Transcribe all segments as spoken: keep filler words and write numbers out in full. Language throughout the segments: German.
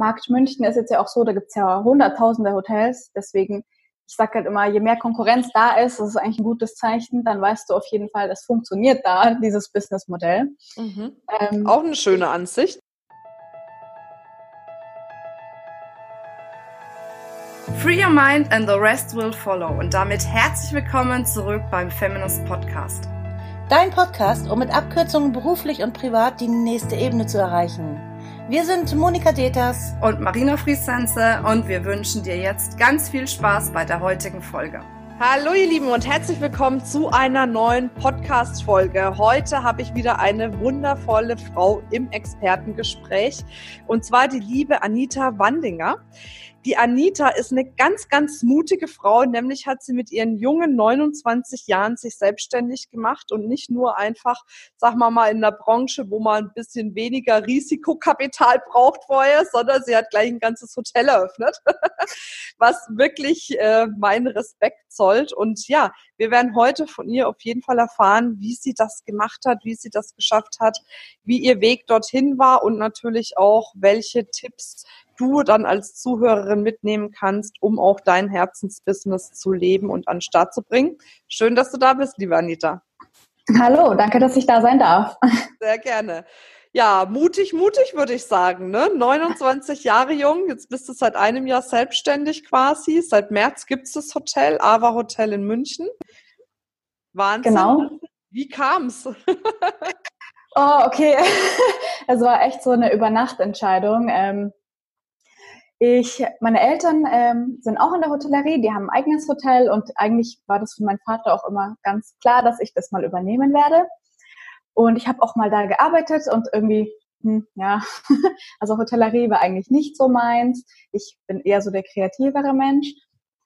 Markt München ist jetzt ja auch so, da gibt's ja hunderttausende Hotels, deswegen, ich sage halt immer, je mehr Konkurrenz da ist, das ist eigentlich ein gutes Zeichen, dann weißt du auf jeden Fall, das funktioniert da, dieses Businessmodell. Mhm. Ähm, Auch eine schöne Ansicht. Free your mind and the rest will follow. Und damit herzlich willkommen zurück beim Feminist Podcast. Dein Podcast, um mit Abkürzungen beruflich und privat die nächste Ebene zu erreichen. Wir sind Monika Deters und Marina Friesense und wir wünschen dir jetzt ganz viel Spaß bei der heutigen Folge. Hallo ihr Lieben und herzlich willkommen zu einer neuen Podcast-Folge. Heute habe ich wieder eine wundervolle Frau im Expertengespräch und zwar die liebe Anita Wandinger. Die Anita ist eine ganz, ganz mutige Frau, nämlich hat sie mit ihren jungen neunundzwanzig Jahren sich selbstständig gemacht und nicht nur einfach, sag mal mal, in einer Branche, wo man ein bisschen weniger Risikokapital braucht vorher, sondern sie hat gleich ein ganzes Hotel eröffnet, was wirklich äh, meinen Respekt zollt. Und ja, wir werden heute von ihr auf jeden Fall erfahren, wie sie das gemacht hat, wie sie das geschafft hat, wie ihr Weg dorthin war und natürlich auch, welche Tipps du dann als Zuhörerin mitnehmen kannst, um auch dein Herzensbusiness zu leben und an den Start zu bringen. Schön, dass du da bist, liebe Anita. Hallo, danke, dass ich da sein darf. Sehr gerne. Ja, mutig, mutig würde ich sagen, ne? neunundzwanzig Jahre jung, jetzt bist du seit einem Jahr selbstständig quasi. Seit März gibt es das Hotel, Ava Hotel in München. Wahnsinn. Genau. Wie kam's? Oh, okay. Es war echt so eine Übernachtentscheidung. Ähm, Ich, meine Eltern ähm, sind auch in der Hotellerie, die haben ein eigenes Hotel und eigentlich war das für meinen Vater auch immer ganz klar, dass ich das mal übernehmen werde. Und ich habe auch mal da gearbeitet und irgendwie, hm, ja, also Hotellerie war eigentlich nicht so meins. Ich bin eher so der kreativere Mensch.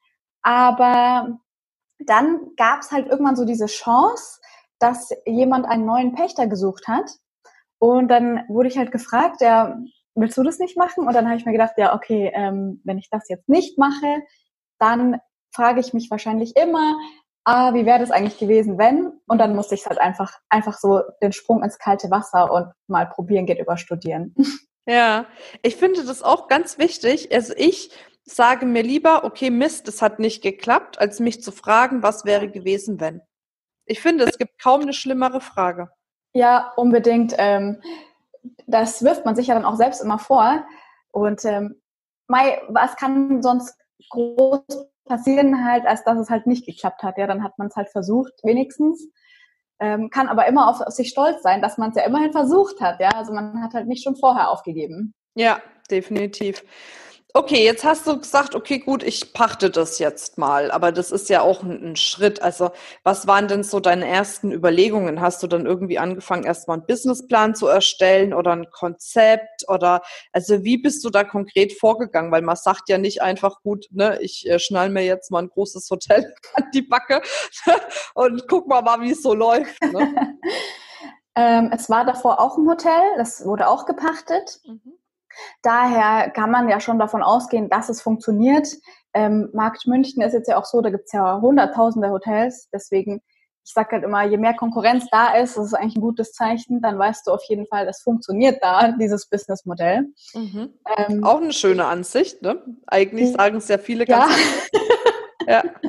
Aber dann gab es halt irgendwann so diese Chance, dass jemand einen neuen Pächter gesucht hat. Und dann wurde ich halt gefragt, ja, willst du das nicht machen? Und dann habe ich mir gedacht, ja, okay, ähm, wenn ich das jetzt nicht mache, dann frage ich mich wahrscheinlich immer, ah, wie wäre das eigentlich gewesen, wenn? Und dann musste ich halt einfach, einfach so den Sprung ins kalte Wasser und mal probieren geht über Studieren. Ja, ich finde das auch ganz wichtig. Also ich sage mir lieber, okay, Mist, das hat nicht geklappt, als mich zu fragen, was wäre gewesen, wenn. Ich finde, es gibt kaum eine schlimmere Frage. Ja, unbedingt. Ähm, das wirft man sich ja dann auch selbst immer vor. Und ähm, Mai, was kann sonst groß passieren, halt, als dass es halt nicht geklappt hat? Ja, dann hat man es halt versucht, wenigstens. Ähm, kann aber immer auf, auf sich stolz sein, dass man es ja immerhin versucht hat. Ja, also man hat halt nicht schon vorher aufgegeben. Ja, definitiv. Okay, jetzt hast du gesagt, okay, gut, ich pachte das jetzt mal, aber das ist ja auch ein, ein Schritt. Also was waren denn so deine ersten Überlegungen? Hast du dann irgendwie angefangen, erstmal einen Businessplan zu erstellen oder ein Konzept oder also wie bist du da konkret vorgegangen? Weil man sagt ja nicht einfach, gut, ne, ich äh, schnall mir jetzt mal ein großes Hotel an die Backe und guck mal mal, wie es so läuft. Ne? ähm, es war davor auch ein Hotel, das wurde auch gepachtet. Mhm. Daher kann man ja schon davon ausgehen, dass es funktioniert. Ähm, Markt München ist jetzt ja auch so, da gibt es ja hunderttausende Hotels. Deswegen, ich sage halt immer, je mehr Konkurrenz da ist, das ist eigentlich ein gutes Zeichen, dann weißt du auf jeden Fall, das funktioniert da, dieses Businessmodell. Mhm. Ähm, auch eine schöne Ansicht, ne? Eigentlich sagen es ja viele ganz ja. ja.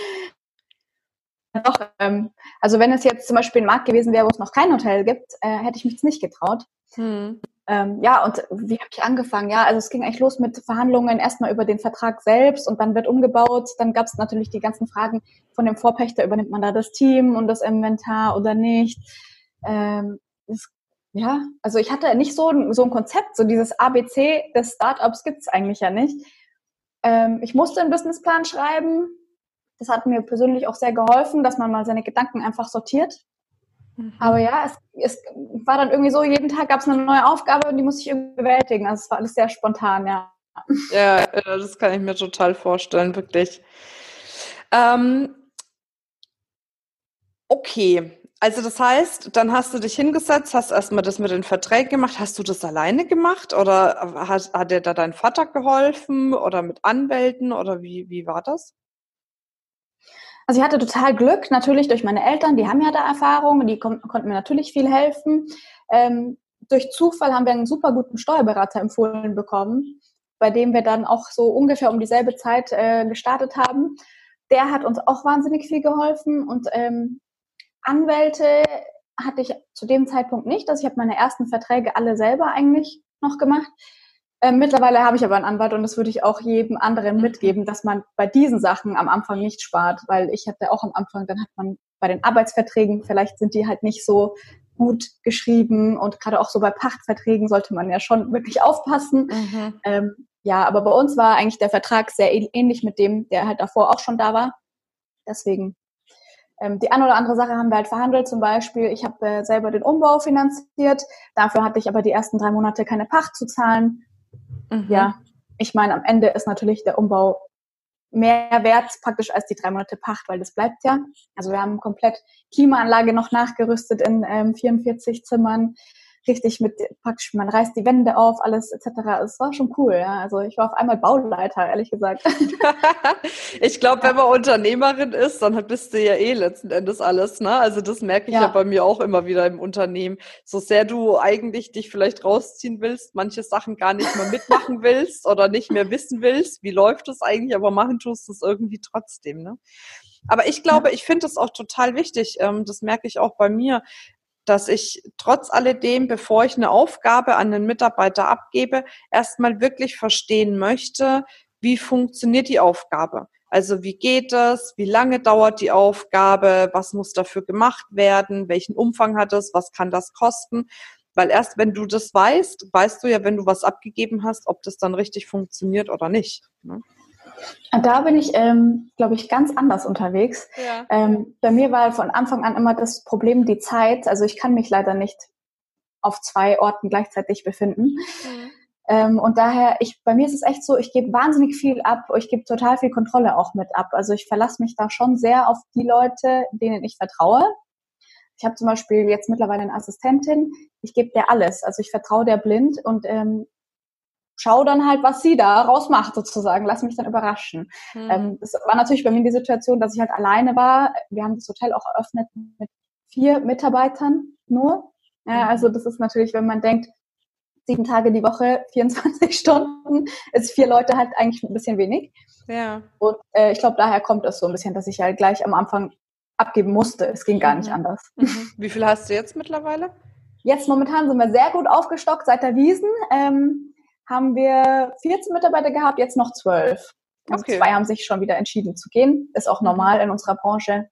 Doch, ähm, also wenn es jetzt zum Beispiel ein Markt gewesen wäre, wo es noch kein Hotel gibt, äh, hätte ich mich das nicht getraut. Hm. Ähm, ja, und wie habe ich angefangen? Ja, also es ging eigentlich los mit Verhandlungen erstmal über den Vertrag selbst und dann wird umgebaut. Dann gab es natürlich die ganzen Fragen von dem Vorpächter, übernimmt man da das Team und das Inventar oder nicht? Ähm, das, ja, also ich hatte nicht so, so ein Konzept, so dieses A B C des Startups gibt es eigentlich ja nicht. Ähm, ich musste einen Businessplan schreiben. Das hat mir persönlich auch sehr geholfen, dass man mal seine Gedanken einfach sortiert. Mhm. Aber ja, es, es war dann irgendwie so, jeden Tag gab es eine neue Aufgabe und die musste ich irgendwie bewältigen. Also es war alles sehr spontan, ja. Ja, das kann ich mir total vorstellen, wirklich. Ähm, okay, also das heißt, dann hast du dich hingesetzt, hast erstmal das mit den Verträgen gemacht. Hast du das alleine gemacht oder hat, hat dir da dein Vater geholfen oder mit Anwälten oder wie, wie war das? Also ich hatte total Glück, natürlich durch meine Eltern, die haben ja da Erfahrung, die kon- konnten mir natürlich viel helfen. Ähm, durch Zufall haben wir einen super guten Steuerberater empfohlen bekommen. bei dem wir dann auch so ungefähr um dieselbe Zeit äh, gestartet haben, der hat uns auch wahnsinnig viel geholfen. Und ähm, Anwälte hatte ich zu dem Zeitpunkt nicht. Also ich habe meine ersten Verträge alle selber eigentlich noch gemacht. Ähm, mittlerweile habe ich aber einen Anwalt und das würde ich auch jedem anderen mitgeben, dass man bei diesen Sachen am Anfang nicht spart, weil ich hatte auch am Anfang, dann hat man bei den Arbeitsverträgen, vielleicht sind die halt nicht so gut geschrieben und gerade auch so bei Pachtverträgen sollte man ja schon wirklich aufpassen. Mhm. Ähm, ja, aber bei uns war eigentlich der Vertrag sehr ähnlich mit dem, der halt davor auch schon da war. Deswegen ähm, die eine oder andere Sache haben wir halt verhandelt. Zum Beispiel, ich habe äh, selber den Umbau finanziert. Dafür hatte ich aber die ersten drei Monate keine Pacht zu zahlen. Mhm. Ja, ich meine, am Ende ist natürlich der Umbau mehr wert praktisch als die drei Monate Pacht, weil das bleibt ja. Also wir haben komplett Klimaanlage noch nachgerüstet in ähm, vierundvierzig Zimmern, richtig mit praktisch, man reißt die Wände auf, alles et cetera. Es war schon cool, ja. Also ich war auf einmal Bauleiter, ehrlich gesagt. Ich glaube, wenn man Unternehmerin ist, dann bist du ja eh letzten Endes alles, ne? Also das merke ich ja. ja bei mir auch immer wieder im Unternehmen. So sehr du eigentlich dich vielleicht rausziehen willst, manche Sachen gar nicht mehr mitmachen willst oder nicht mehr wissen willst, wie läuft es eigentlich, aber machen tust du es irgendwie trotzdem, ne? Aber ich glaube, ich finde es auch total wichtig, ähm, das merke ich auch bei mir, dass ich trotz alledem, bevor ich eine Aufgabe an den Mitarbeiter abgebe, erstmal wirklich verstehen möchte, wie funktioniert die Aufgabe? Also wie geht es? Wie lange dauert die Aufgabe? Was muss dafür gemacht werden? Welchen Umfang hat es? Was kann das kosten? Weil erst wenn du das weißt, weißt du ja, wenn du was abgegeben hast, ob das dann richtig funktioniert oder nicht, ne? Da bin ich, ähm, glaube ich, ganz anders unterwegs. Ja. Ähm, bei mir war von Anfang an immer das Problem die Zeit. Also ich kann mich leider nicht auf zwei Orten gleichzeitig befinden. Mhm. Ähm, und daher, ich, bei mir ist es echt so, ich gebe wahnsinnig viel ab. Ich gebe total viel Kontrolle auch mit ab. Also ich verlasse mich da schon sehr auf die Leute, denen ich vertraue. Ich habe zum Beispiel jetzt mittlerweile eine Assistentin. Ich gebe der alles. Also ich vertraue der blind und ähm, schau dann halt, was sie da rausmacht sozusagen. Lass mich dann überraschen. Mhm. Ähm, es war natürlich bei mir die Situation, dass ich halt alleine war. Wir haben das Hotel auch eröffnet mit vier Mitarbeitern nur. Ja, also das ist natürlich, wenn man denkt, sieben Tage die Woche, vierundzwanzig Stunden, ist vier Leute halt eigentlich ein bisschen wenig. Ja. Und äh, ich glaube, daher kommt es so ein bisschen, dass ich halt gleich am Anfang abgeben musste. Es ging gar mhm. nicht anders. Mhm. Wie viel hast du jetzt mittlerweile? Jetzt momentan sind wir sehr gut aufgestockt seit der Wiesn. Ähm, haben wir vierzehn Mitarbeiter gehabt, jetzt noch zwölf. Also okay. Zwei haben sich schon wieder entschieden zu gehen. Ist auch normal mhm. in unserer Branche.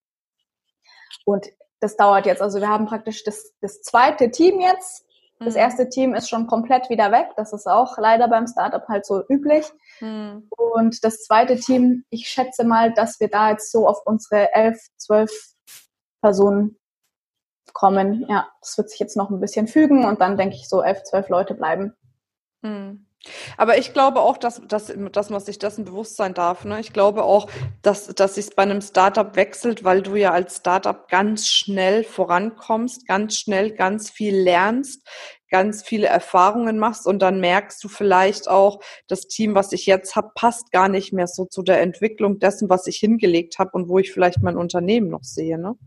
Und das dauert jetzt. Also wir haben praktisch das, das zweite Team jetzt. Das mhm. erste Team ist schon komplett wieder weg. Das ist auch leider beim Startup halt so üblich. Mhm. Und das zweite Team, ich schätze mal, dass wir da jetzt so auf unsere elf, zwölf Personen kommen. Ja, das wird sich jetzt noch ein bisschen fügen und dann denke ich so elf, zwölf Leute bleiben. Mhm. Aber ich glaube auch, dass, dass, dass man sich dessen bewusst sein darf. Ne? Ich glaube auch, dass, dass sich bei einem Startup wechselt, weil du ja als Startup ganz schnell vorankommst, ganz schnell ganz viel lernst, ganz viele Erfahrungen machst und dann merkst du vielleicht auch, das Team, was ich jetzt habe, passt gar nicht mehr so zu der Entwicklung dessen, was ich hingelegt habe und wo ich vielleicht mein Unternehmen noch sehe. Ne?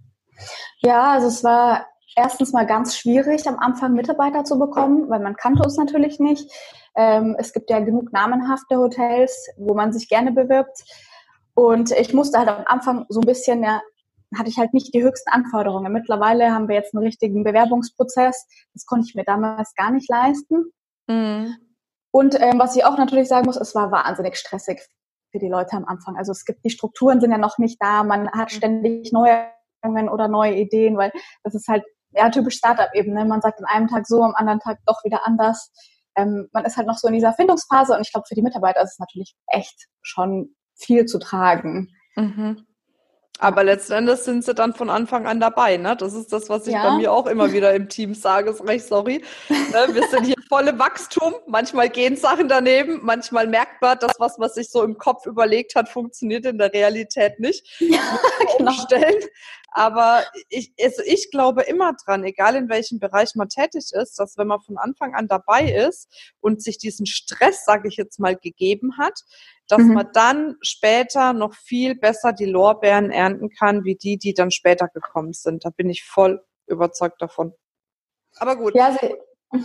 Ja, also es war erstens mal ganz schwierig, am Anfang Mitarbeiter zu bekommen, weil man kannte uns natürlich nicht. Ähm, es gibt ja genug namenhafte Hotels, wo man sich gerne bewirbt. Und ich musste halt am Anfang so ein bisschen, ja, hatte ich halt nicht die höchsten Anforderungen. Mittlerweile haben wir jetzt einen richtigen Bewerbungsprozess. Das konnte ich mir damals gar nicht leisten. Mhm. Und ähm, was ich auch natürlich sagen muss, es war wahnsinnig stressig für die Leute am Anfang. Also es gibt, die Strukturen sind ja noch nicht da. Man hat ständig neue oder neue Ideen, weil das ist halt ja typisch Startup eben. Ne? Man sagt an einem Tag so, am anderen Tag doch wieder anders. Ähm, man ist halt noch so in dieser Findungsphase und ich glaube, für die Mitarbeiter ist es natürlich echt schon viel zu tragen. Mhm. Aber letzten Endes sind sie dann von Anfang an dabei, ne? Das ist das, was ich ja. bei mir auch immer wieder im Team sage, ist recht sorry. Ne? Wir sind hier voll im Wachstum. Manchmal gehen Sachen daneben, manchmal merkt man, das, was man sich so im Kopf überlegt hat, funktioniert in der Realität nicht. Ja, genau. Umstellen. Aber ich, also ich glaube immer dran, egal in welchem Bereich man tätig ist, dass wenn man von Anfang an dabei ist und sich diesen Stress, sage ich jetzt mal, gegeben hat, dass mhm. man dann später noch viel besser die Lorbeeren ernten kann, wie die, die dann später gekommen sind. Da bin ich voll überzeugt davon. Aber gut. Ja, also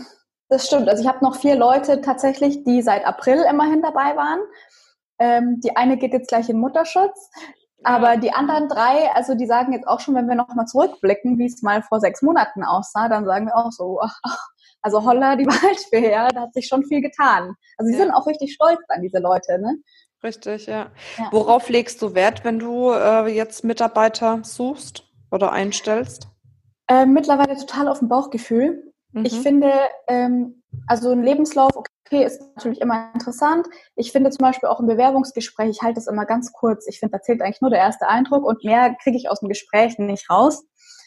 Das stimmt. Also ich habe noch vier Leute tatsächlich, die seit April immerhin dabei waren. Ähm, die eine geht jetzt gleich in Mutterschutz. Aber die anderen drei, also die sagen jetzt auch schon, wenn wir nochmal zurückblicken, wie es mal vor sechs Monaten aussah, dann sagen wir auch so, ach, ach, also holla die Waldfee her, da hat sich schon viel getan. Also sie Ja. sind auch richtig stolz an diese Leute, ne? Richtig, ja. Ja. Worauf legst du Wert, wenn du äh, jetzt Mitarbeiter suchst oder einstellst? Äh, mittlerweile total auf dem Bauchgefühl. Mhm. Ich finde, ähm, also ein Lebenslauf, okay, ist natürlich immer interessant. Ich finde zum Beispiel auch im Bewerbungsgespräch, ich halte das immer ganz kurz. Ich finde, da zählt eigentlich nur der erste Eindruck und mehr kriege ich aus dem Gespräch nicht raus.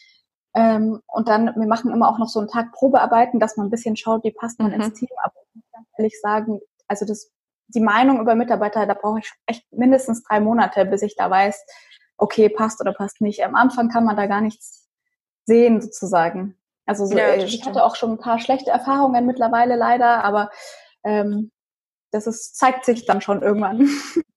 Ähm, und dann, wir machen immer auch noch so einen Tag Probearbeiten, dass man ein bisschen schaut, wie passt man Mhm. ins Team. Aber ich muss ganz ehrlich sagen, also das, die Meinung über Mitarbeiter, da brauche ich echt mindestens drei Monate, bis ich da weiß, okay, passt oder passt nicht. Am Anfang kann man da gar nichts sehen, sozusagen. Also so, Ja, äh, das ich stimmt. hatte auch schon ein paar schlechte Erfahrungen mittlerweile leider, aber ähm, das ist, zeigt sich dann schon irgendwann.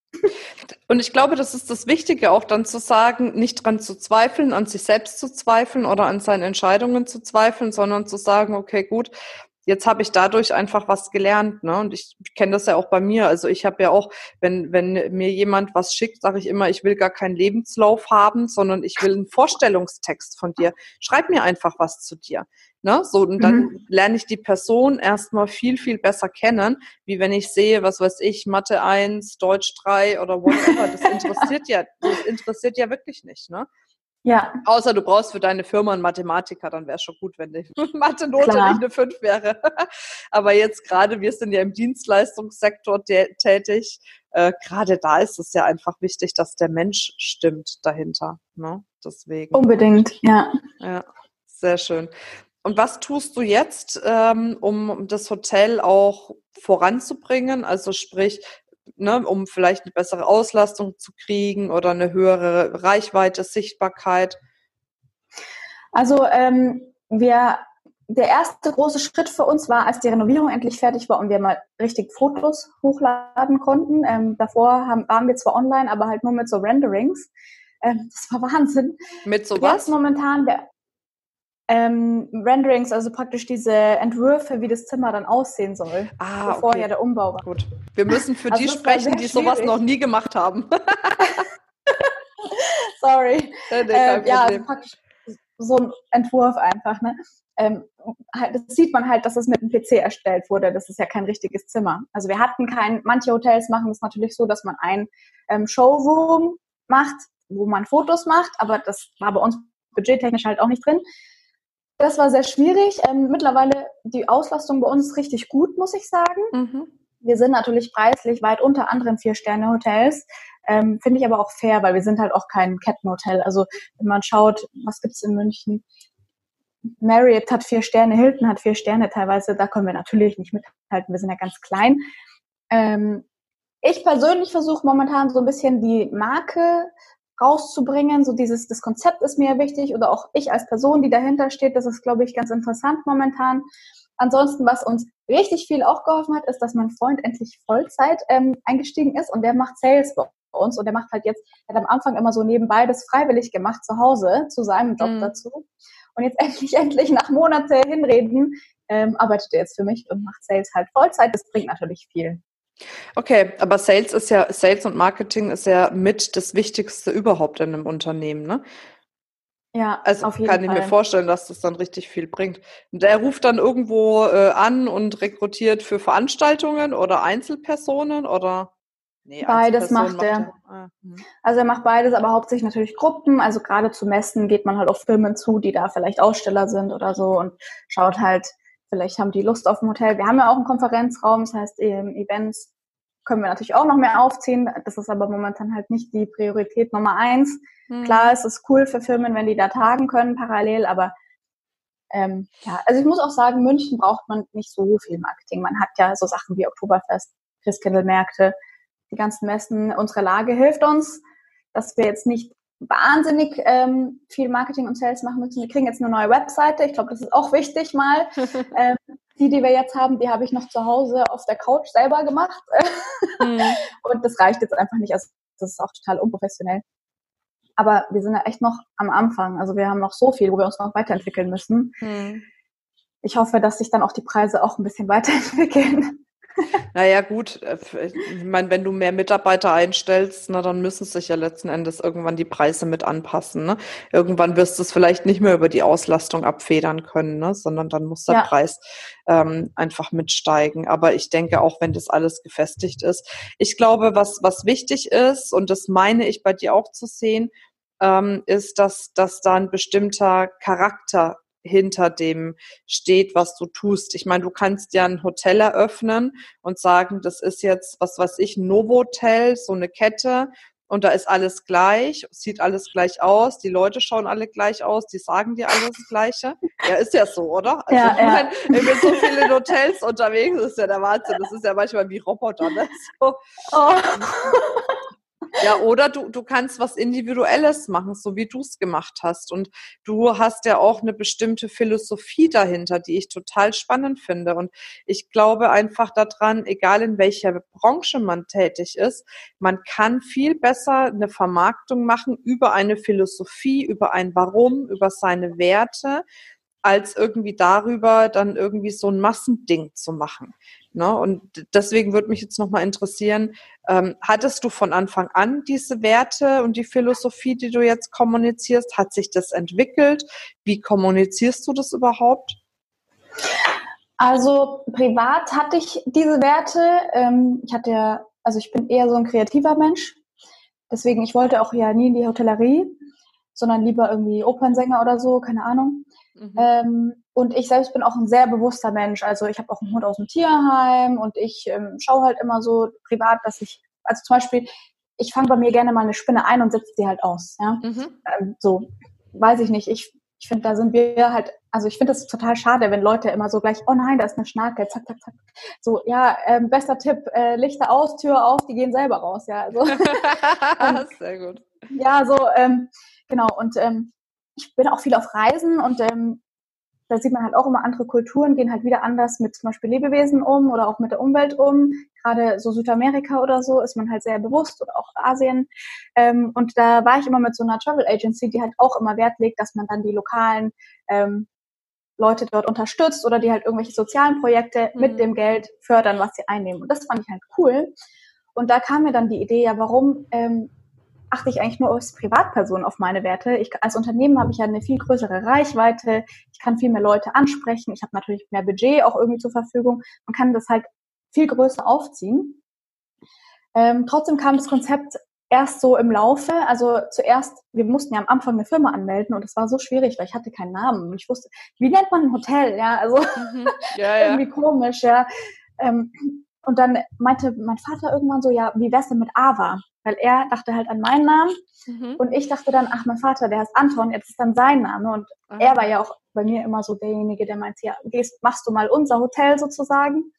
Und ich glaube, das ist das Wichtige, auch dann zu sagen, nicht dran zu zweifeln, an sich selbst zu zweifeln oder an seinen Entscheidungen zu zweifeln, sondern zu sagen, okay, gut, jetzt habe ich dadurch einfach was gelernt, ne? Und ich kenne das ja auch bei mir. Also ich habe ja auch, wenn wenn mir jemand was schickt, sage ich immer, ich will gar keinen Lebenslauf haben, sondern ich will einen Vorstellungstext von dir. Schreib mir einfach was zu dir, ne? So, und dann Mhm. lerne ich die Person erstmal viel viel besser kennen, wie wenn ich sehe, was weiß ich, Mathe eins, Deutsch drei oder whatever. Das interessiert ja, das interessiert ja wirklich nicht, ne? Ja, Außer du brauchst für deine Firma einen Mathematiker, dann wäre es schon gut, wenn die Mathe-Note klar. nicht eine fünf wäre. Aber jetzt gerade, wir sind ja im Dienstleistungssektor tä- tätig, äh, gerade da ist es ja einfach wichtig, dass der Mensch stimmt dahinter. Ne? Deswegen. Unbedingt, ja. Ja, sehr schön. Und was tust du jetzt, ähm, um das Hotel auch voranzubringen? Also sprich, ne, um vielleicht eine bessere Auslastung zu kriegen oder eine höhere Reichweite, Sichtbarkeit. Also ähm, wir, der erste große Schritt für uns war, als die Renovierung endlich fertig war und wir mal richtig Fotos hochladen konnten. Ähm, davor haben, waren wir zwar online, aber halt nur mit so Renderings. Ähm, das war Wahnsinn. Mit Jetzt sowas? momentan der ähm, Renderings, also praktisch diese Entwürfe, wie das Zimmer dann aussehen soll, Ah, bevor okay. ja der Umbau war. Gut. Wir müssen für Also die das war sprechen, sehr die sowas schwierig. noch nie gemacht haben. Sorry. Nee, nee, Äh, kein ja, also Problem. praktisch so ein Entwurf einfach. Ne? Ähm, halt, das sieht man halt, dass es mit einem P C erstellt wurde. Das ist ja kein richtiges Zimmer. Also wir hatten kein, manche Hotels machen es natürlich so, dass man ein ähm, Showroom macht, wo man Fotos macht, aber das war bei uns budgettechnisch halt auch nicht drin. Das war sehr schwierig. Ähm, mittlerweile die Auslastung bei uns ist richtig gut, muss ich sagen. Mhm. Wir sind natürlich preislich weit unter anderen Vier-Sterne-Hotels. Ähm, finde ich aber auch fair, weil wir sind halt auch kein Kettenhotel. Also wenn man schaut, was gibt's in München? Marriott hat vier Sterne, Hilton hat vier Sterne teilweise. Da können wir natürlich nicht mithalten. Wir sind ja ganz klein. Ähm, ich persönlich versuche momentan so ein bisschen die Marke rauszubringen. So dieses, das Konzept ist mir wichtig oder auch ich als Person, die dahinter steht. Das ist, glaube ich, ganz interessant momentan. Ansonsten, was uns richtig viel auch geholfen hat, ist, dass mein Freund endlich Vollzeit ähm, eingestiegen ist und der macht Sales bei uns und der macht halt jetzt, er hat am Anfang immer so nebenbei das freiwillig gemacht zu Hause, zu seinem Job Mhm. dazu. Und jetzt endlich, endlich nach Monate hinreden, ähm, arbeitet er jetzt für mich und macht Sales halt Vollzeit. Das bringt natürlich viel. Okay, aber Sales ist ja, Sales und Marketing ist ja mit das Wichtigste überhaupt in einem Unternehmen, ne? Ja, Also auf jeden kann ich mir Fall. vorstellen, dass das dann richtig viel bringt. Und der ruft dann irgendwo äh, an und rekrutiert für Veranstaltungen oder Einzelpersonen oder? Nee, Beides Einzelpersonen macht macht er. er. Ah, hm. Also er macht beides, aber hauptsächlich natürlich Gruppen. Also gerade zu Messen geht man halt auf Firmen zu, die da vielleicht Aussteller sind oder so und schaut halt, vielleicht haben die Lust auf ein Hotel. Wir haben ja auch einen Konferenzraum, das heißt ähm, Events können wir natürlich auch noch mehr aufziehen. Das ist aber momentan halt nicht die Priorität Nummer eins. Hm. Klar, es ist cool für Firmen, wenn die da tagen können parallel, aber ähm, ja, also ich muss auch sagen, München braucht man nicht so viel Marketing. Man hat ja so Sachen wie Oktoberfest, Christkindlmärkte, die ganzen Messen. Unsere Lage hilft uns, dass wir jetzt nicht wahnsinnig ähm, viel Marketing und Sales machen müssen. Wir kriegen jetzt eine neue Webseite. Ich glaube, das ist auch wichtig mal. ähm, die, die wir jetzt haben, die habe ich noch zu Hause auf der Couch selber gemacht. Hm. Und das reicht jetzt einfach nicht. Also das ist auch total unprofessionell. Aber wir sind ja echt noch am Anfang. Also wir haben noch so viel, wo wir uns noch weiterentwickeln müssen. Hm. ich hoffe, dass sich dann auch die Preise auch ein bisschen weiterentwickeln. Naja, gut, ich meine, wenn du mehr Mitarbeiter einstellst, na, dann müssen sich ja letzten Endes irgendwann die Preise mit anpassen, ne? Irgendwann wirst du es vielleicht nicht mehr über die Auslastung abfedern können, ne? Sondern dann muss der Ja. Preis ähm, einfach mitsteigen. Aber ich denke, auch wenn das alles gefestigt ist, ich glaube, was, was wichtig ist, und das meine ich bei dir auch zu sehen, ähm, ist, dass, dass da ein bestimmter Charakter hinter dem steht, was du tust. Ich meine, du kannst ja ein Hotel eröffnen und sagen, das ist jetzt, was weiß ich, ein Novotel, so eine Kette, und da ist alles gleich, sieht alles gleich aus, die Leute schauen alle gleich aus, die sagen dir alles das Gleiche. Ja, ist ja so, oder? Also Ja, ich ja. meine, ich bin so viele in Hotels unterwegs, das ist ja der Wahnsinn. Das ist ja manchmal wie Roboter, ne? So. Oh. Ja, oder du, du kannst was Individuelles machen, so wie du es gemacht hast. Und du hast ja auch eine bestimmte Philosophie dahinter, die ich total spannend finde. Und ich glaube einfach daran, egal in welcher Branche man tätig ist, man kann viel besser eine Vermarktung machen über eine Philosophie, über ein Warum, über seine Werte, als irgendwie darüber dann irgendwie so ein Massending zu machen. Ne? Und deswegen würde mich jetzt nochmal interessieren, ähm, hattest du von Anfang an diese Werte und die Philosophie, die du jetzt kommunizierst? Hat sich das entwickelt? Wie kommunizierst du das überhaupt? Also privat hatte ich diese Werte. Ähm, ich hatte ja, also ich bin eher so ein kreativer Mensch. Deswegen, ich wollte auch ja nie in die Hotellerie, sondern lieber irgendwie Opernsänger oder so, keine Ahnung. Mhm. Ähm, und ich selbst bin auch ein sehr bewusster Mensch. Also ich habe auch einen Hund aus dem Tierheim und ich ähm, schaue halt immer so privat, dass ich, also zum Beispiel, ich fange bei mir gerne mal eine Spinne ein und setze sie halt aus. Ja? Mhm. Ähm, so, weiß ich nicht. Ich, ich finde, da sind wir halt, also ich finde das total schade, wenn Leute immer so gleich, oh nein, da ist eine Schnarke, zack, zack, zack. So, ja, ähm, bester Tipp, äh, Lichter aus, Tür auf, die gehen selber raus. Ja, also, ähm, sehr gut. Ja, so, ähm, genau. Und ähm, ich bin auch viel auf Reisen und ähm, da sieht man halt auch immer, andere Kulturen gehen halt wieder anders mit zum Beispiel Lebewesen um oder auch mit der Umwelt um. Gerade so Südamerika oder so ist man halt sehr bewusst, oder auch Asien. Ähm, und da war ich immer mit so einer Travel Agency, die halt auch immer Wert legt, dass man dann die lokalen ähm, Leute dort unterstützt oder die halt irgendwelche sozialen Projekte mhm. mit dem Geld fördern, was sie einnehmen. Und das fand ich halt cool. Und da kam mir dann die Idee, ja, warum ähm, achte ich eigentlich nur als Privatperson auf meine Werte. Ich, als Unternehmen habe ich ja eine viel größere Reichweite, ich kann viel mehr Leute ansprechen, ich habe natürlich mehr Budget auch irgendwie zur Verfügung. Man kann das halt viel größer aufziehen. Ähm, trotzdem kam das Konzept erst so im Laufe, also zuerst, wir mussten ja am Anfang eine Firma anmelden und es war so schwierig, weil ich hatte keinen Namen und ich wusste, wie nennt man ein Hotel, ja, also mhm. ja, ja. irgendwie komisch, ja. Ähm, und dann meinte mein Vater irgendwann so, ja, wie wär's denn mit Ava? Weil er dachte halt an meinen Namen mhm. und ich dachte dann, ach, mein Vater, der heißt Anton, jetzt ist dann sein Name. Und aha. er war ja auch bei mir immer so derjenige, der meint, ja, gehst, machst du mal unser Hotel sozusagen.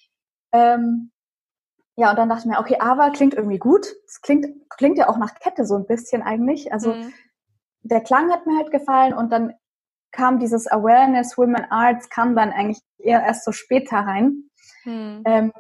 Ähm, ja, und dann dachte ich mir, okay, Ava klingt irgendwie gut. Es klingt, klingt ja auch nach Kette so ein bisschen eigentlich. Also mhm. der Klang hat mir halt gefallen und dann kam dieses Awareness, Women Arts, kam dann eigentlich eher erst so später rein. Mhm. Ähm,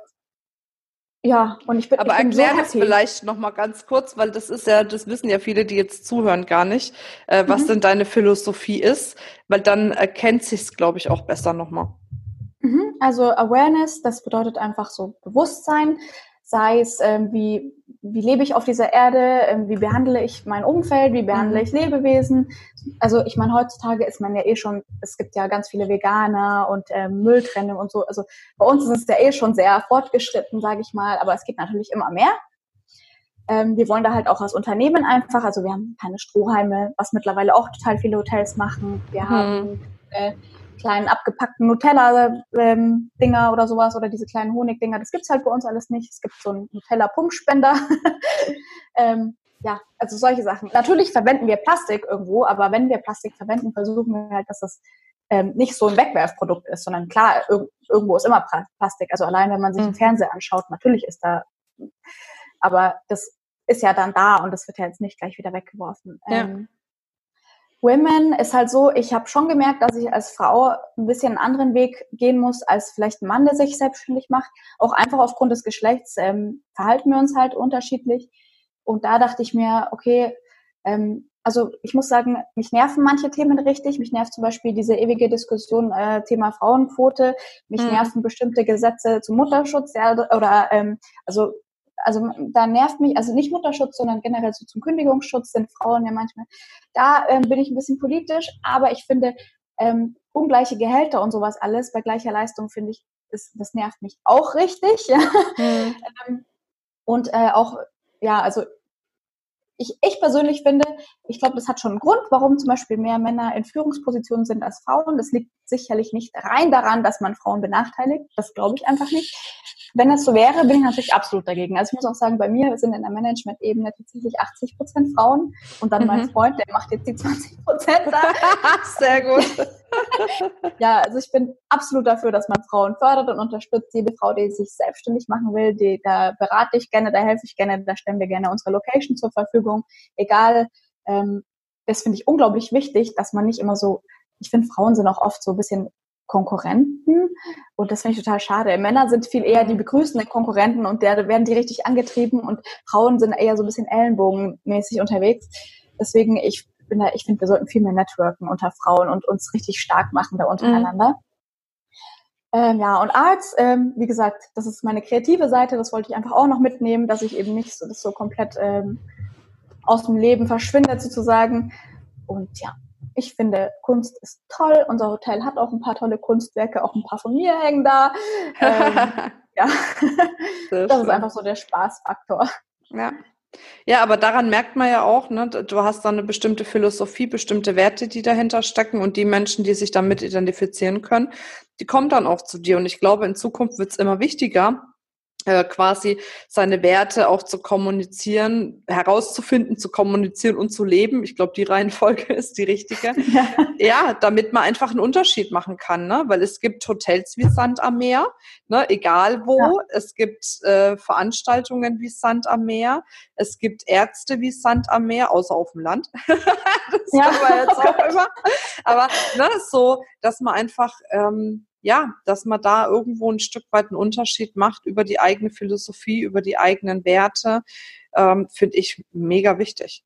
Ja, und ich bin Aber ich bin erklär so das vielleicht nochmal ganz kurz, weil das ist ja, das wissen ja viele, die jetzt zuhören, gar nicht, äh, was mhm. denn deine Philosophie ist, weil dann erkennt sich's, glaube ich, auch besser nochmal. Mhm. Also Awareness, das bedeutet einfach so Bewusstsein, sei es, ähm, wie, wie lebe ich auf dieser Erde, ähm, wie behandle ich mein Umfeld, wie behandle mhm. ich Lebewesen. Also ich meine, heutzutage ist man ja eh schon, es gibt ja ganz viele Veganer und ähm, Mülltrennung und so. Also bei uns ist es ja eh schon sehr fortgeschritten, sage ich mal, aber es geht natürlich immer mehr. Ähm, wir wollen da halt auch als Unternehmen einfach, also wir haben keine Strohhalme, was mittlerweile auch total viele Hotels machen. Wir mhm. haben äh, kleinen abgepackten Nutella-Dinger ähm, oder sowas oder diese kleinen Honigdinger, das gibt's halt bei uns alles nicht. Es gibt so einen Nutella-Pumpspender. ähm, ja, also solche Sachen. Natürlich verwenden wir Plastik irgendwo, aber wenn wir Plastik verwenden, versuchen wir halt, dass das ähm, nicht so ein Wegwerfprodukt ist, sondern klar, ir- irgendwo ist immer Plastik. Also allein, wenn man sich mhm. den Fernseher anschaut, natürlich ist da, aber das ist ja dann da und das wird ja jetzt nicht gleich wieder weggeworfen. Ja. Ähm, Women ist halt so, ich habe schon gemerkt, dass ich als Frau ein bisschen einen anderen Weg gehen muss, als vielleicht ein Mann, der sich selbstständig macht. Auch einfach aufgrund des Geschlechts ähm, verhalten wir uns halt unterschiedlich. Und da dachte ich mir, okay, ähm, also ich muss sagen, mich nerven manche Themen richtig. Mich nervt zum Beispiel diese ewige Diskussion äh, Thema Frauenquote. Mich mhm. nerven bestimmte Gesetze zum Mutterschutz, ja, oder ähm, also also da nervt mich, also nicht Mutterschutz, sondern generell so zum Kündigungsschutz sind Frauen ja manchmal. Da ähm, bin ich ein bisschen politisch, aber ich finde ähm, ungleiche Gehälter und sowas alles bei gleicher Leistung, finde ich, das, das nervt mich auch richtig. Ja. Mhm. ähm, und äh, auch, ja, also Ich, ich persönlich finde, ich glaube, das hat schon einen Grund, warum zum Beispiel mehr Männer in Führungspositionen sind als Frauen. Das liegt sicherlich nicht rein daran, dass man Frauen benachteiligt. Das glaube ich einfach nicht. Wenn das so wäre, bin ich natürlich absolut dagegen. Also ich muss auch sagen, bei mir sind in der Management-Ebene tatsächlich achtzig Prozent Frauen und dann mhm. mein Freund, der macht jetzt die zwanzig Prozent da. Sehr gut. Ja, also ich bin absolut dafür, dass man Frauen fördert und unterstützt. Jede Frau, die sich selbstständig machen will, die, da berate ich gerne, da helfe ich gerne, da stellen wir gerne unsere Location zur Verfügung. Egal, ähm, das finde ich unglaublich wichtig, dass man nicht immer so, ich finde, Frauen sind auch oft so ein bisschen Konkurrenten und das finde ich total schade. Männer sind viel eher die begrüßenden Konkurrenten und da werden die richtig angetrieben und Frauen sind eher so ein bisschen ellenbogenmäßig unterwegs. Deswegen, ich bin da, ich finde, wir sollten viel mehr networken unter Frauen und uns richtig stark machen da untereinander. Mhm. Ähm, ja, und Arts, ähm, wie gesagt, das ist meine kreative Seite, das wollte ich einfach auch noch mitnehmen, dass ich eben nicht so, das so komplett ähm, aus dem Leben verschwindet sozusagen. Und ja, ich finde, Kunst ist toll. Unser Hotel hat auch ein paar tolle Kunstwerke, auch ein paar von mir hängen da. Ähm, ja, Sehr das schön. Ist einfach so der Spaßfaktor. Ja. Ja, aber daran merkt man ja auch, ne, du hast da eine bestimmte Philosophie, bestimmte Werte, die dahinter stecken und die Menschen, die sich damit identifizieren können, die kommen dann auch zu dir. Und ich glaube, in Zukunft wird es immer wichtiger, äh, quasi seine Werte auch zu kommunizieren, herauszufinden, zu kommunizieren und zu leben. Ich glaube, die Reihenfolge ist die richtige. Ja, ja, damit man einfach einen Unterschied machen kann, ne? Weil es gibt Hotels wie Sand am Meer, ne? Egal wo. Ja. Es gibt äh, Veranstaltungen wie Sand am Meer. Es gibt Ärzte wie Sand am Meer, außer auf dem Land. Das ja. haben wir jetzt auch immer. Aber ne, so, dass man einfach ähm, ja, dass man da irgendwo ein Stück weit einen Unterschied macht über die eigene Philosophie, über die eigenen Werte, ähm, finde ich mega wichtig.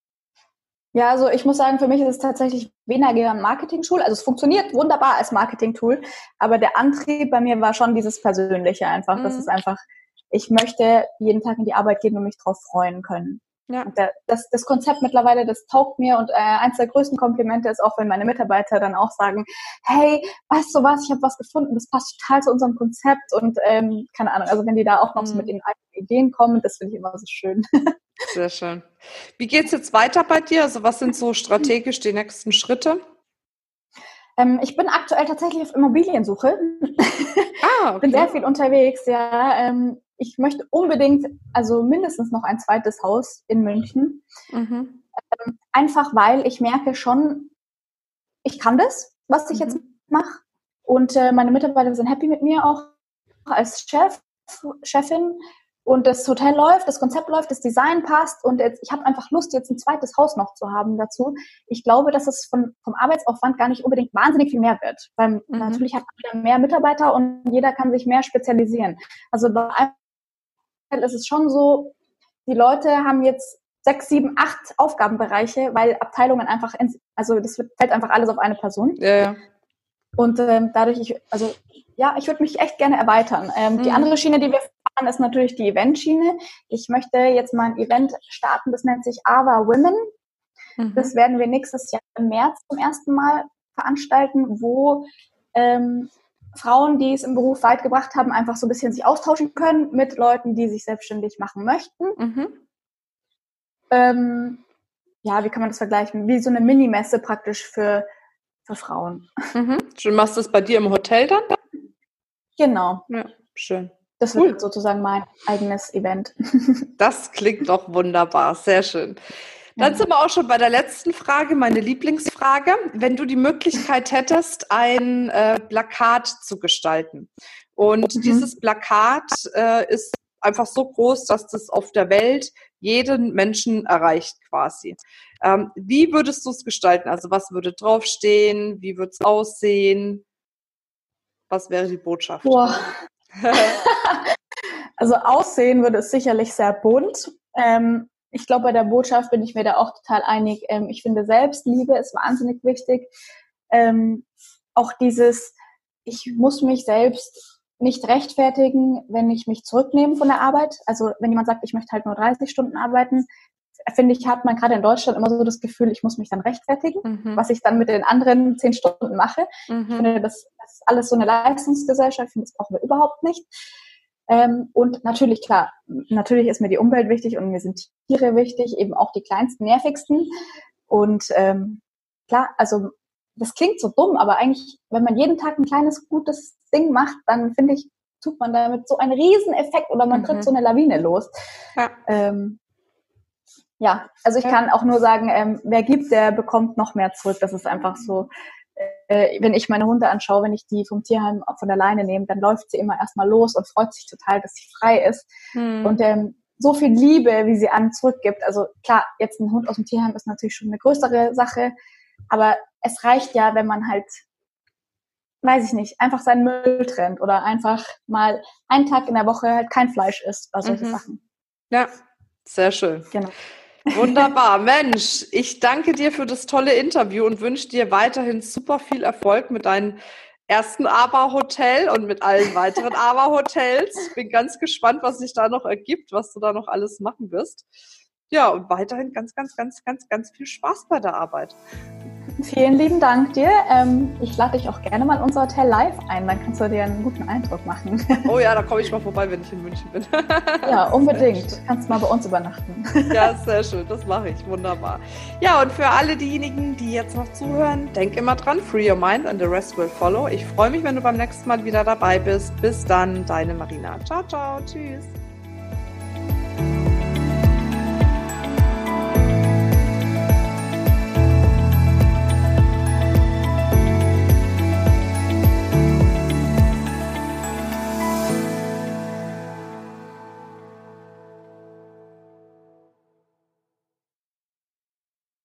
Ja, also ich muss sagen, für mich ist es tatsächlich weniger ein Marketing-Tool. Also es funktioniert wunderbar als Marketing-Tool, aber der Antrieb bei mir war schon dieses Persönliche einfach. Mhm. Das ist einfach, ich möchte jeden Tag in die Arbeit gehen und mich drauf freuen können. Ja. Und der, das, das Konzept mittlerweile, das taugt mir und äh, eins der größten Komplimente ist auch, wenn meine Mitarbeiter dann auch sagen, hey, weißt du was, ich habe was gefunden, das passt total zu unserem Konzept und ähm, keine Ahnung, also wenn die da auch noch mhm. so mit den eigenen Ideen kommen, das finde ich immer so schön. Sehr schön. Wie geht's jetzt weiter bei dir? Also was sind so strategisch die nächsten Schritte? Ähm, ich bin aktuell tatsächlich auf Immobiliensuche. Ah, okay. Bin sehr viel unterwegs, ja. Ähm, ich möchte unbedingt, also mindestens noch ein zweites Haus in München. Mhm. Ähm, einfach weil ich merke schon, ich kann das, was ich mhm. jetzt mache. Und äh, meine Mitarbeiter sind happy mit mir auch als Chef, Chefin. Und das Hotel läuft, das Konzept läuft, das Design passt und jetzt, ich habe einfach Lust, jetzt ein zweites Haus noch zu haben dazu. Ich glaube, dass es von, vom Arbeitsaufwand gar nicht unbedingt wahnsinnig viel mehr wird. Weil mhm. natürlich hat man mehr Mitarbeiter und jeder kann sich mehr spezialisieren. Also bei einem ist es schon so, die Leute haben jetzt sechs, sieben, acht Aufgabenbereiche, weil Abteilungen einfach, ins, also das fällt einfach alles auf eine Person. Ja, ja. Und ähm, dadurch, ich, also ja, ich würde mich echt gerne erweitern. Ähm, mhm. Die andere Schiene, die wir fahren, ist natürlich die Eventschiene. Ich möchte jetzt mal ein Event starten, das nennt sich Ava Women. Mhm. Das werden wir nächstes Jahr im März zum ersten Mal veranstalten, wo ähm, Frauen, die es im Beruf weit gebracht haben, einfach so ein bisschen sich austauschen können mit Leuten, die sich selbstständig machen möchten. Mhm. Ähm, ja, wie kann man das vergleichen? Wie so eine Minimesse praktisch für, für Frauen. Mhm. Du machst das bei dir im Hotel dann? Genau. Ja, schön. Das wird cool. sozusagen mein eigenes Event. Das klingt doch wunderbar, sehr schön. Dann ja. sind wir auch schon bei der letzten Frage, meine Lieblingsfrage. Wenn du die Möglichkeit hättest, ein äh, Plakat zu gestalten und mhm. dieses Plakat äh, ist einfach so groß, dass das auf der Welt jeden Menschen erreicht quasi. Ähm, wie würdest du es gestalten? Also was würde draufstehen? Wie würde es aussehen? Was wäre die Botschaft? Boah. Also aussehen würde es sicherlich sehr bunt. Ähm, ich glaube, bei der Botschaft bin ich mir da auch total einig. Ähm, ich finde, Selbstliebe ist wahnsinnig wichtig. Ähm, auch dieses, ich muss mich selbst nicht rechtfertigen, wenn ich mich zurücknehme von der Arbeit. Also wenn jemand sagt, ich möchte halt nur dreißig Stunden arbeiten, finde ich, hat man gerade in Deutschland immer so das Gefühl, ich muss mich dann rechtfertigen, mhm. was ich dann mit den anderen zehn Stunden mache. Mhm. Ich finde, das, das ist alles so eine Leistungsgesellschaft. Ich finde, das brauchen wir überhaupt nicht. Ähm, und natürlich, klar, natürlich ist mir die Umwelt wichtig und mir sind Tiere wichtig, eben auch die kleinsten, nervigsten. Und ähm, klar, also das klingt so dumm, aber eigentlich, wenn man jeden Tag ein kleines, gutes Ding macht, dann finde ich, tut man damit so einen riesen Effekt oder man mhm. tritt so eine Lawine los. Ja, ähm, ja also ich ja. kann auch nur sagen, ähm, wer gibt, der bekommt noch mehr zurück. Das ist einfach so. Äh, wenn ich meine Hunde anschaue, wenn ich die vom Tierheim von der Leine nehme, dann läuft sie immer erstmal los und freut sich total, dass sie frei ist. Hm. Und ähm, so viel Liebe, wie sie an zurückgibt. Also klar, jetzt ein Hund aus dem Tierheim ist natürlich schon eine größere Sache, aber es reicht ja, wenn man halt, weiß ich nicht, einfach seinen Müll trennt oder einfach mal einen Tag in der Woche halt kein Fleisch isst oder solche mhm. Sachen. Ja, sehr schön. Genau. Wunderbar. Mensch, ich danke dir für das tolle Interview und wünsche dir weiterhin super viel Erfolg mit deinem ersten ABBA-Hotel und mit allen weiteren ABBA-Hotels. Bin ganz gespannt, was sich da noch ergibt, was du da noch alles machen wirst. Ja, und weiterhin ganz, ganz, ganz, ganz, ganz viel Spaß bei der Arbeit. Vielen lieben Dank dir. Ähm, ich lade dich auch gerne mal in unser Hotel live ein, dann kannst du dir einen guten Eindruck machen. Oh ja, da komme ich mal vorbei, wenn ich in München bin. Ja, unbedingt. Du kannst mal bei uns übernachten. Ja, sehr schön, das mache ich. Wunderbar. Ja, und für alle diejenigen, die jetzt noch zuhören, denk immer dran, free your mind and the rest will follow. Ich freue mich, wenn du beim nächsten Mal wieder dabei bist. Bis dann, deine Marina. Ciao, ciao, tschüss.